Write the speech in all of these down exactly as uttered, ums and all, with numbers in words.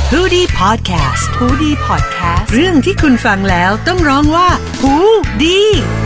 ฮูดี้พอดแคสต์ฮูดี้พอดแคสต์เรื่องที่คุณฟังแล้วต้องร้องว่าฮูดี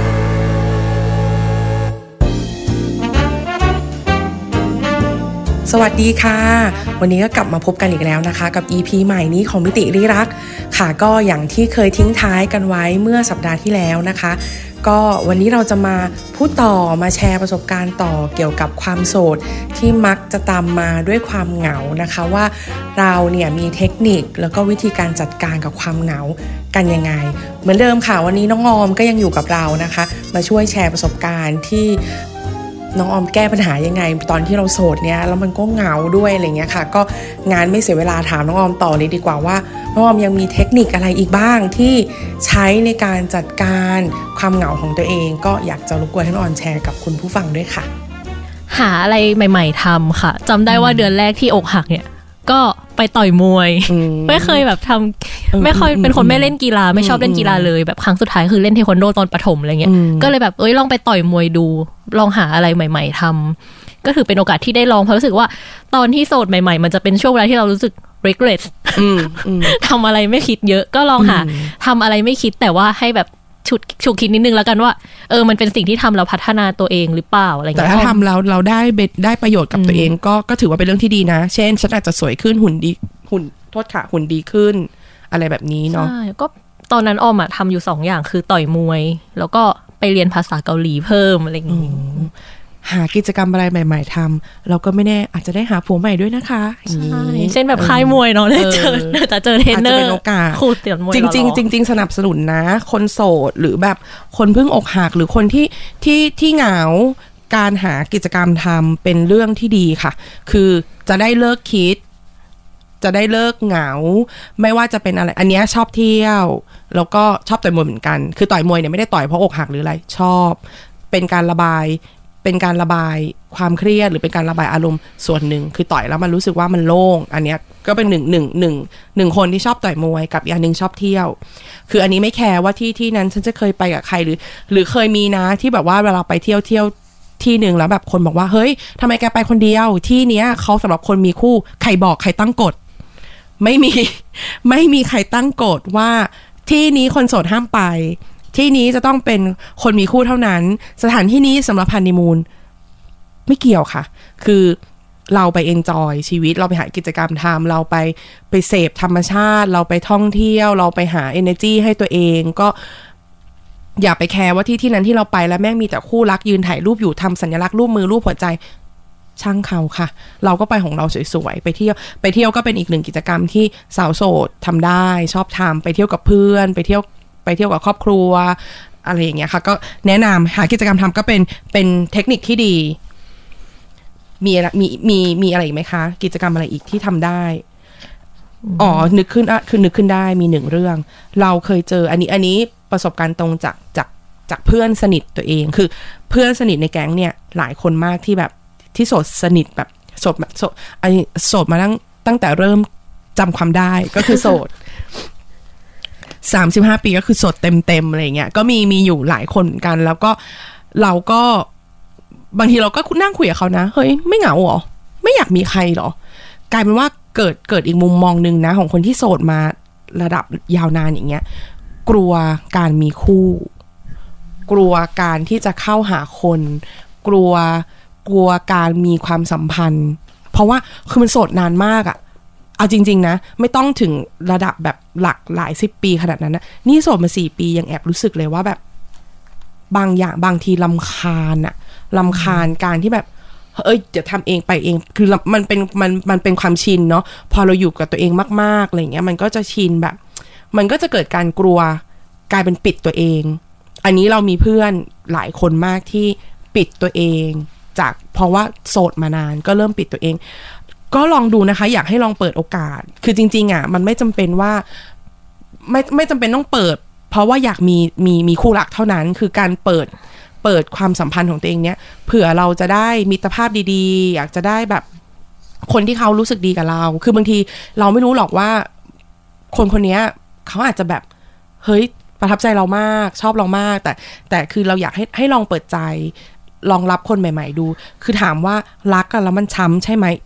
สวัสดีค่ะวันนี้ก็กลับมาพบกันอีกแล้วนะคะกับ อี พี ใหม่นี้ของมิติริรักค่ะก็อย่างที่เคยทิ้งท้ายกันไว้เมื่อสัปดาห์ที่แล้วนะคะก็วันนี้เราจะมาพูดต่อมาแชร์ประสบการณ์ต่อเกี่ยวกับความโสดที่มักจะตามมาด้วยความเหงานะคะว่าเราเนี่ยมีเทคนิคแล้วก็วิธีการจัดการกับความเหงากันยังไงเหมือนเดิมค่ะวันนี้น้องออมก็ยังอยู่กับเรานะคะมาช่วยแชร์ประสบการณ์ที่น้องออมแก้ปัญหายังไงตอนที่เราโสดเนี่ยแล้วมันก็เหงาด้วยอะไรเงี้ยค่ะก็งานไม่เสียเวลาถามน้องออมต่อเลยดีกว่าว่าน้องออมยังมีเทคนิคอะไรอีกบ้างที่ใช้ในการจัดการความเหงาของตัวเองก็อยากจะรบกวนให้น้องออมแชร์กับคุณผู้ฟังด้วยค่ะหาอะไรใหม่ๆทำค่ะจำได้ว่าเดือนแรกที่อกหักเนี่ยก็ไปต่อยมวยไม่เคยแบบทำไม่ค่อยเป็นคนไม่เล่นกีฬาไม่ชอบเล่นกีฬาเลยแบบครั้งสุดท้ายคือเล่นเทควันโดตอนประถมอะไรเงี้ยก็เลยแบบเอ้ยลองไปต่อยมวยดูลองหาอะไรใหม่ๆทำก็ถือเป็นโอกาสที่ได้ลองเพราะรู้สึกว่าตอนที่โสดใหม่ๆมันจะเป็นช่วงเวลาที่เรารู้สึก regret ทำอะไรไม่คิดเยอะก็ลองหาทำอะไรไม่คิดแต่ว่าให้แบบฉุดฉุกคิดนิดนึงแล้วกันว่าเออมันเป็นสิ่งที่ทำเราพัฒนาตัวเองหรือเปล่าอะไรเงี้ยแต่ถ้าทำแล้วเราได้ได้ประโยชน์กับตัวเองก็ก็ถือว่าเป็นเรื่องที่ดีนะเช่นฉันอาจจะสวยขึ้นหุ่นดีหุ่นโทษค่ะหุ่นดีขึ้นอะไรแบบนี้เนาะใช่ก็ตอนนั้นออมอะทำอยู่สองอย่างคือต่อยมวยแล้วก็ไปเรียนภาษาเกาหลีเพิ่มอะไรอย่างงี้หากิจกรรมอะไรใหม่ๆทำเราก็ไม่แน่อาจจะได้หาผัวใหม่ด้วยนะคะใช่เช่นแบบค่ายมวยเนาะได้เจอจะเจอเทรนเนอร์เป็นโอกาสครูเตียนมวยจริงๆจริงๆสนับสนุนนะคนโสดหรือแบบคนเพิ่งอกหักหรือคนที่ที่ที่เหงาการหากิจกรรมทำเป็นเรื่องที่ดีค่ะคือจะได้เลิกคิดจะได้เลิกเหงาไม่ว่าจะเป็นอะไรอันนี้ชอบเที่ยวแล้วก็ชอบต่อยมวยเหมือนกันคือต่อยมวยเนี่ยไม่ได้ต่อยเพราะอกหักหรืออะไรชอบเป็นการระบายเป็นการระบายความเครียดหรือเป็นการระบายอารมณ์ส่วนหนึ่งคือต่อยแล้วมันรู้สึกว่ามันโล่งอันนี้ก็เป็นหนึ่งหนึ่งหนึ่งหนึ่งคนที่ชอบต่อยมวยกับอีกอันนึงชอบเที่ยวคืออันนี้ไม่แคร์ว่าที่ที่นั้นฉันจะเคยไปกับใครหรือหรือเคยมีนะที่แบบว่าเวลาไปเที่ยวเที่ยวที่หนึ่งแล้วแบบคนบอกว่าเฮ้ยทำไมแกไปคนเดียวที่เนี้ยเขาสำหรับคนมีคู่ใครบอกใครตั้งกฎไม่มีไม่มีใครตั้งกฎว่าที่นี้คนโสดห้ามไปที่นี้จะต้องเป็นคนมีคู่เท่านั้นสถานที่นี้สำหรับฮันนีมูนไม่เกี่ยวค่ะคือเราไปเอนจอยชีวิตเราไปหากิจกรรมทำเราไปไปเสพธรรมชาติเราไปท่องเที่ยวเราไปหา energy ให้ตัวเองก็อย่าไปแคร์ว่าที่ที่นั้นที่เราไปแล้วแม่งมีแต่คู่รักยืนถ่ายรูปอยู่ทำสัญลักษณ์รูปมือรูปหัวใจช่างเขาค่ะเราก็ไปของเราสวยๆไปเที่ยวไปเที่ยวก็เป็นอีกหนึ่งกิจกรรมที่สาวโสดทำได้ชอบทำไปเที่ยวกับเพื่อนไปเที่ยวไปเที่ยวกับครอบครัวอะไรอย่างเงี้ยค่ะก็แนะนำหากิจกรรมทำก็เป็นเป็นเทคนิคที่ดีมีมีมีมีอะไรอีกไหมคะกิจกรรมอะไรอีกที่ทำได้อ๋อนึกขึ้นอ่ะคือนึกขึ้นได้มีหนึ่งเรื่องเราเคยเจออันนี้อันนี้ประสบการณ์ตรงจากจากจากเพื่อนสนิทตัวเองคือเพื่อนสนิทในแก๊งเนี่ยหลายคนมากที่แบบที่โสดสนิทแบบโสดแบบโสดอันนี้โสดมาตั้งตั้งแต่เริ่มจำความได้ก็คือโสดสามสิบห้าปีก็คือโสดเต็มๆอะไรเงี้ยก็มีมีอยู่หลายคนเหมือนกันแล้วก็เราก็บางทีเราก็นั่งคุยกับเขานะเฮ้ยไม่เหงาหรอไม่อยากมีใครหรอกลายเป็นว่าเกิดเกิดอีกมุมมองนึงนะของคนที่โสดมาระดับยาวนานอย่างเงี้ยกลัวการมีคู่กลัวการที่จะเข้าหาคนกลัวกลัวการมีความสัมพันธ์เพราะว่าคือมันโสดนานมากอะเอาจริงๆนะไม่ต้องถึงระดับแบบหลักหลายสิบปีขนาดนั้นนะนี่โสดมาสี่ปียังแอบรู้สึกเลยว่าแบบบางอย่างบางทีรำคาญอะรำคาญการที่แบบเอ้ยเดี๋ยวทำเองไปเองคือมันเป็นมันมันเป็นความชินเนาะพอเราอยู่กับตัวเองมากๆอะไรเงี้ยมันก็จะชินแบบมันก็จะเกิดการกลัวกลายเป็นปิดตัวเองอันนี้เรามีเพื่อนหลายคนมากที่ปิดตัวเองจากเพราะว่าโสดมานานก็เริ่มปิดตัวเองก็ลองดูนะคะอยากให้ลองเปิดโอกาสคือจริงๆอ่ะมันไม่จำเป็นว่าไม่ไม่จำเป็นต้องเปิดเพราะว่าอยากมีมีมีคู่รักเท่านั้นคือการเปิดเปิดความสัมพันธ์ของตัวเองเนี้ยเผื่อเราจะได้มิตรภาพดีๆอยากจะได้แบบคนที่เขารู้สึกดีกับเราคือบางทีเราไม่รู้หรอกว่าคนคนนี้เขาอาจจะแบบเฮ้ยประทับใจเรามากชอบเรามากแต่แต่คือเราอยากให้ให้ลองเปิดใจลองรับคนใหม่ๆดูคือถามว่ารักกันแล้วมันช้ำใช่ไหม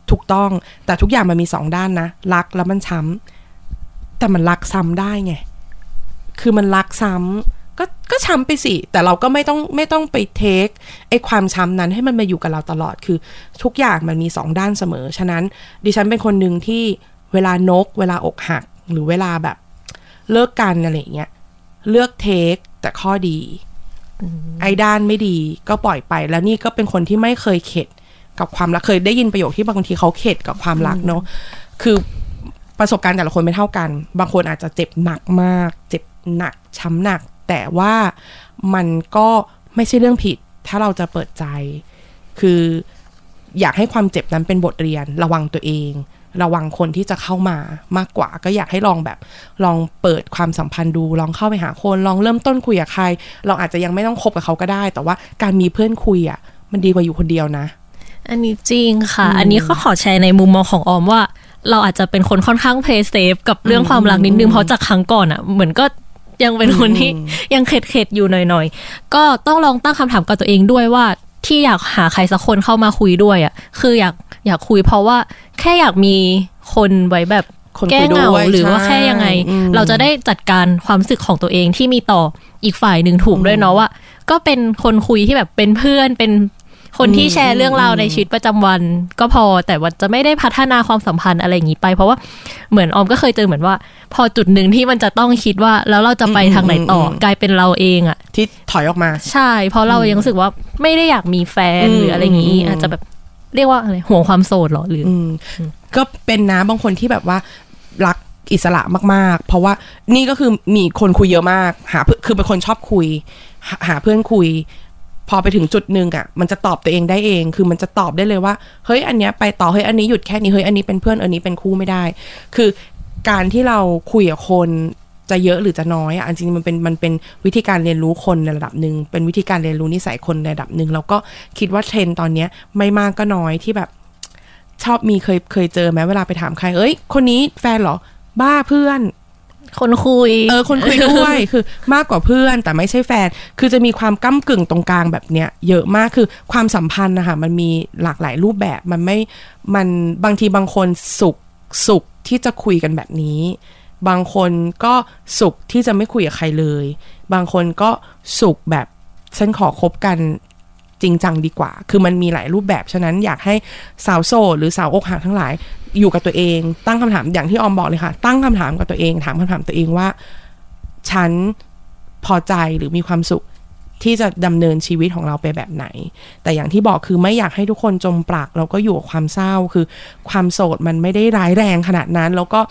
ถูกต้องแต่ทุกอย่างมันมีสองด้านนะรักแล้วมันช้ำแต่มันรักซ้ำได้ไงคือมันรักซ้ำก็ก็ช้ำไปสิแต่เราก็ไม่ต้องไม่ต้องไปเทคไอ้ความช้ำนั้นให้มันมาอยู่กับเราตลอดคือทุกอย่างมันมีสองด้านเสมอฉะนั้นดิฉันเป็นคนหนึ่งที่เวลานกเวลาอกหักหรือเวลาแบบเลิกกันอะไรเงี้ยเลือกเทคแต่ข้อดีไอ้ด้านไม่ดีก็ปล่อยไปแล้วนี่ก็เป็นคนที่ไม่เคยเข็ดกับความรักเคยได้ยินประโยคที่บางทีเขาเข็ดกับความรักเนาะคือประสบการณ์แต่ละคนไม่เท่ากันบางคนอาจจะเจ็บหนักมากเจ็บหนักช้ำหนักแต่ว่ามันก็ไม่ใช่เรื่องผิดถ้าเราจะเปิดใจคืออยากให้ความเจ็บนั้นเป็นบทเรียนระวังตัวเองระวังคนที่จะเข้ามามากกว่าก็อยากให้ลองแบบลองเปิดความสัมพันธ์ดูลองเข้าไปหาคนลองเริ่มต้นคุยกับใครเราอาจจะยังไม่ต้องคบกับเขาก็ได้แต่ว่าการมีเพื่อนคุยอ่ะมันดีกว่าอยู่คนเดียวนะอันนี้จริงค่ะอันนี้ก็ขอแชร์ในมุมมองของออมว่าเราอาจจะเป็นคนค่อนข้างเพลย์เซฟกับเรื่องความรักนิดนึงเพราะจากครั้งก่อนอ่ะเหมือนก็ยังเป็นคนที่ยังเข็ดๆอยู่หน่อยๆก็ต้องลองตั้งคำถามกับตัวเองด้วยว่าที่อยากหาใครสักคนเข้ามาคุยด้วยอ่ะคืออยากอยากคุยเพราะว่าแค่อยากมีคนไว้แบบแก้เหงาหรือว่าแค่ยังไงเราจะได้จัดการความรู้สึกของตัวเองที่มีต่ออีกฝ่ายหนึ่งถูกด้วยเนาะว่าก็เป็นคนคุยที่แบบเป็นเพื่อนเป็นคนที่แชร์เรื่องราวในชีวิตประจำวันก็พอแต่ว่าจะไม่ได้พัฒนาความสัมพันธ์อะไรอย่างนี้ไปเพราะว่าเหมือนออมก็เคยเจอเหมือนว่าพอจุดหนึ่งที่มันจะต้องคิดว่าแล้วเราจะไปทางไหนต่อกลายเป็นเราเองอะที่ถอยออกมาใช่เพราะเรายังรู้สึกว่าไม่ได้อยากมีแฟนหรืออะไรอย่างนี้อาจจะแบบเรียกว่าอะไรห่วงความโสดหรอหรือก็เป็นนะบางคนที่แบบว่ารักอิสระมากๆเพราะว่านี่ก็คือมีคนคุยเยอะมากหาคือเป็นคนชอบคุยหาเพื่อนคุยพอไปถึงจุดนึงอ่ะมันจะตอบตัวเองได้เองคือมันจะตอบได้เลยว่าเฮ้ยอันเนี้ยไปต่อเฮ้ยอันนี้หยุดแค่นี้เฮ้ยอันนี้เป็นเพื่อนอันนี้เป็นคู่ไม่ได้คือการที่เราคุยกับคนจะเยอะหรือจะน้อยอ่ะจริงๆมันเป็นมันเป็นวิธีการเรียนรู้คนในระดับนึงเป็นวิธีการเรียนรู้นิสัยคนในระดับนึงแล้วก็คิดว่าเทรนด์ตอนเนี้ยไม่มากก็น้อยที่แบบชอบมีเคยเคยเจอไหมเวลาไปถามใครเอ้ยคนนี้แฟนเหรอบ้าเพื่อนคนคุยเออคนคุยด้วยคือมากกว่าเพื่อนแต่ไม่ใช่แฟนคือจะมีความก้ำกึ่งตรงกลางแบบเนี้ยเยอะมากคือความสัมพันธ์นะคะมันมีหลากหลายรูปแบบมันไม่มันบางทีบางคนสุขสุขที่จะคุยกันแบบนี้บางคนก็สุขที่จะไม่คุยกับใครเลยบางคนก็สุขแบบฉันขอคบกันจริงจังดีกว่าคือมันมีหลายรูปแบบฉะนั้นอยากให้สาวโสดหรือสาวอกหักทั้งหลายอยู่กับตัวเองตั้งคำถามอย่างที่ออมบอกเลยค่ะตั้งคำถามกับตัวเองถามคำถามตัวเองว่าฉันพอใจหรือมีความสุขที่จะดำเนินชีวิตของเราไปแบบไหนแต่อย่างที่บอกคือไม่อยากให้ทุกคนจมปลักแล้วก็อยู่กับความเศร้าคือความโสดมันไม่ได้ร้ายแรงขนาดนั้นแล้วก็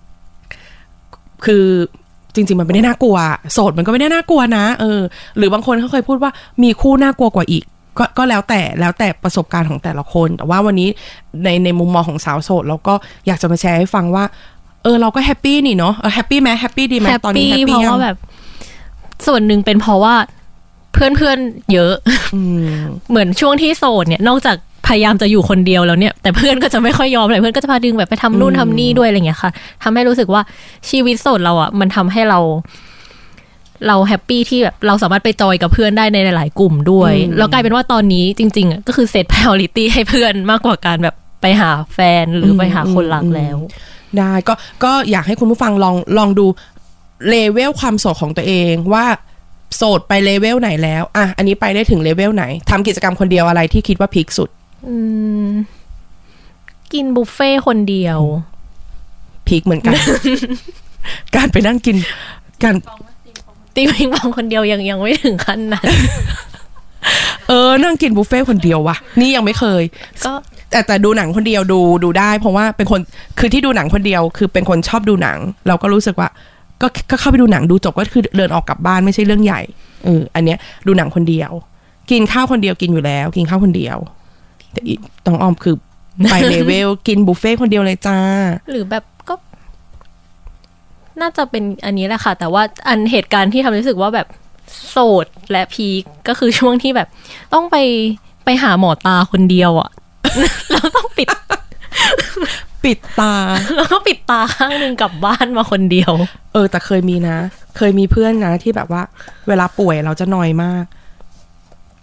คือจริงๆมันไม่ได้น่ากลัวโสดมันก็ไม่ได้น่ากลัวนะเออหรือบางคนเขาเคยพูดว่ามีคู่น่ากลัวกว่าอีกก็ก็แล้วแต่แล้วแต่ประสบการณ์ของแต่ละคนแต่ว่าวันนี้ในในมุมมองของสาวโสดเราก็อยากจะมาแชร์ให้ฟังว่าเออเราก็แฮปปี้นี่เนาะเออแฮปปี้ไหมแฮปปี้ดีไหมตอนนี้แฮปปี้เพราะว่าแบบส่วนหนึ่งเป็นเพราะว่าเพื่อนเพื่อนเยอะเหมือนช่วงที่โสดเนี่ยนอกจากพยายามจะอยู่คนเดียวแล้วเนี่ยแต่เพื่อนก็จะไม่ค่อยยอมเลยเพื่อนก็จะพาดึงแบบไปทำนู่นทำนี่ด้วยอะไรเงี้ยค่ะทำให้รู้สึกว่าชีวิตโสดเราอ่ะมันทำให้เราเราแฮปปี้ที่แบบเราสามารถไปจอยกับเพื่อนได้ในหลายๆกลุ่มด้วยแล้วกลายเป็นว่าตอนนี้จริงๆอ่ะก็คือเซต priority ให้เพื่อนมากกว่าการแบบไปหาแฟนหรือไปหาคนรักแล้วได้ก็ก็อยากให้คุณผู้ฟังลองลองดูเลเวลความโสดของตัวเองว่าโสดไปเลเวลไหนแล้วอ่ะอันนี้ไปได้ถึงเลเวลไหนทำกิจกรรมคนเดียวอะไรที่คิดว่าพีคสุดอืมกินบุฟเฟ่คนเดียวพีคเหมือนกัน การไปนั่งกินการตีปิงปองคนเดียวยังยังไม่ถึงขั้นนั้นเออนั่งกินบุฟเฟ่คนเดียววะนี่ยังไม่เคยก็แต่แต่ดูหนังคนเดียวดูดูได้เพราะว่าเป็นคนคือที่ดูหนังคนเดียวคือเป็นคนชอบดูหนังเราก็รู้สึกว่าก็ก็เข้าไปดูหนังดูจบก็คือเดินออกกลับบ้านไม่ใช่เรื่องใหญ่เอออันเนี้ยดูหนังคนเดียวกินข้าวคนเดียวกินอยู่แล้วกินข้าวคนเดียวแต่ต้องออมคือไปเลเวลกินบุฟเฟ่คนเดียวเลยจ้าหรือแบบก็น่าจะเป็นอันนี้แหละค่ะแต่ว่าอันเหตุการณ์ที่ทำให้รู้สึกว่าแบบโสดและพีคก็คือช่วงที่แบบต้องไปไปหาหมอตาคนเดียวอ่ะ เราต้องปิดปิดตาแล้วก็ปิดตาข้างนึงกลับบ้านมาคนเดียวเออแต่เคยมีนะเคยมีเพื่อนนะที่แบบว่าเวลาป่วยเราจะนอยมาก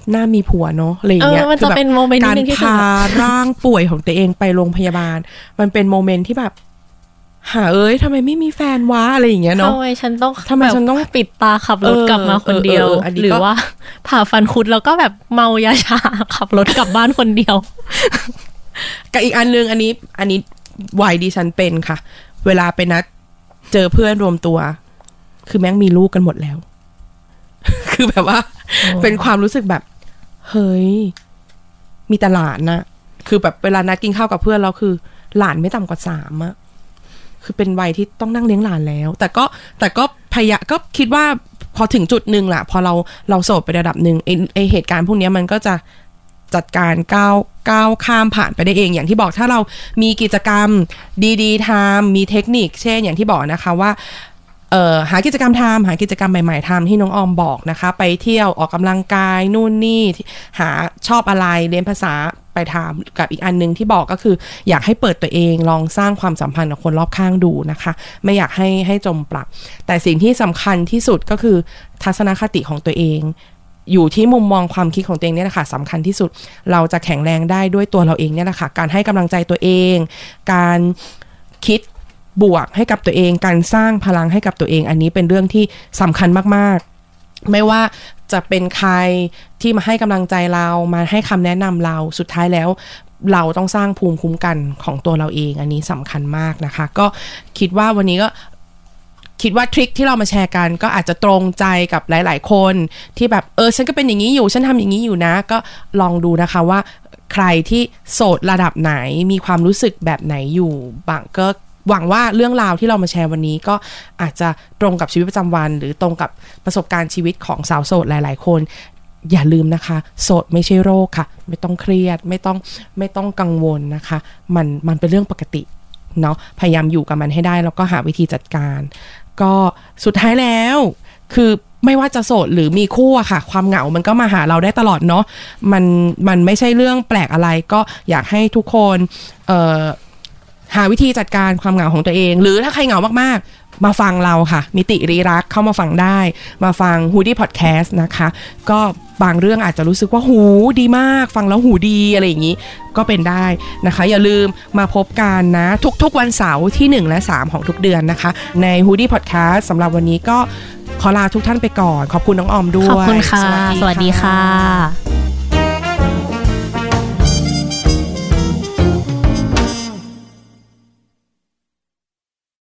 หน้ามีผัวเนาะอะไรอย่างเงี้ยมันจะเป็นโมเมนต์นึงที่การพาร่างป่วยของตัวเองไปโรงพยาบาลมันเป็นโมเมนต์ที่แบบหาเอ้ยทำไมไม่มีแฟนวะอะไรอย่างเงี้ยเนาะทำไมฉันต้องทำไมฉันต้องปิดตาขับรถกลับมาคนเดียวหรือว่าผ่าฟันคุดแล้วก็แบบเมายาชาขับรถกลับบ้านคนเดียวกับอีกอันนึงอันนี้อันนี้วัยดิฉันเป็นค่ะเวลาไปนัดเจอเพื่อนรวมตัวคือแม่งมีลูกกันหมดแล้วคือแบบว่าเป็นความรู้สึกแบบเฮ้ยมีแต่หลานนะคือแบบเวลานัดกินข้าวกับเพื่อนเราคือหลานไม่ต่ำกว่าสามอะคือเป็นวัยที่ต้องนั่งเลี้ยงหลานแล้วแต่ก็แต่ก็พยะก็คิดว่าพอถึงจุดหนึ่งแหละพอเราเราโสดไประดับหนึ่งไอไอเหตุการณ์พวกนี้มันก็จะจัดการก้าวก้าวข้ามผ่านไปได้เองอย่างที่บอกถ้าเรามีกิจกรรมดีๆทำมีเทคนิคเช่นอย่างที่บอกนะคะว่าเอ่อหากิจกรรมทำหากิจกรรมใหม่ๆทำที่น้องออมบอกนะคะไปเที่ยวออกกำลังกายนู่นนี่หาชอบอะไรเรียนภาษาไปทำกับอีกอันนึงที่บอกก็คืออยากให้เปิดตัวเองลองสร้างความสัมพันธ์กับคนรอบข้างดูนะคะไม่อยากให้ให้จมปลักแต่สิ่งที่สำคัญที่สุดก็คือทัศนคติของตัวเองอยู่ที่มุมมองความคิดของตัวเองเนี่ยแหละค่ะสำคัญที่สุดเราจะแข็งแรงได้ด้วยตัวเราเองเนี่ยแหละค่ะการให้กำลังใจตัวเองการคิดบวกให้กับตัวเองการสร้างพลังให้กับตัวเองอันนี้เป็นเรื่องที่สำคัญมากๆไม่ว่าจะเป็นใครที่มาให้กำลังใจเรามาให้คำแนะนำเราสุดท้ายแล้วเราต้องสร้างภูมิคุ้มกันของตัวเราเองอันนี้สำคัญมากนะคะก็คิดว่าวันนี้ก็คิดว่าทริคที่เรามาแชร์กันก็อาจจะตรงใจกับหลายๆคนที่แบบเออฉันก็เป็นอย่างนี้อยู่ฉันทำอย่างนี้อยู่นะก็ลองดูนะคะว่าใครที่โสดระดับไหนมีความรู้สึกแบบไหนอยู่บางก็หวังว่าเรื่องราวที่เรามาแชร์วันนี้ก็อาจจะตรงกับชีวิตประจำวันหรือตรงกับประสบการณ์ชีวิตของสาวโสดหลายๆคนอย่าลืมนะคะโสดไม่ใช่โรคค่ะไม่ต้องเครียดไม่ต้องไม่ต้องกังวลนะคะมันมันเป็นเรื่องปกติเนาะพยายามอยู่กับมันให้ได้แล้วก็หาวิธีจัดการก็สุดท้ายแล้วคือไม่ว่าจะโสดหรือมีคู่อะค่ะความเหงามันก็มาหาเราได้ตลอดเนาะมันมันไม่ใช่เรื่องแปลกอะไรก็อยากให้ทุกคนเอ่อหาวิธีจัดการความเหงาของตัวเองหรือถ้าใครเหงามากๆมาฟังเราค่ะมิติรีรักเข้ามาฟังได้มาฟัง Hoodie Podcast นะคะก็บางเรื่องอาจจะรู้สึกว่าหูดีมากฟังแล้วหูดีอะไรอย่างนี้ก็เป็นได้นะคะอย่าลืมมาพบกันนะทุกๆวันเสาร์ที่หนึ่งและสามของทุกเดือนนะคะใน Hoodie Podcast สำหรับวันนี้ก็ขอลาทุกท่านไปก่อนขอบคุณน้องออมด้วยขอบคุณค่ะสวัสดีค่ะ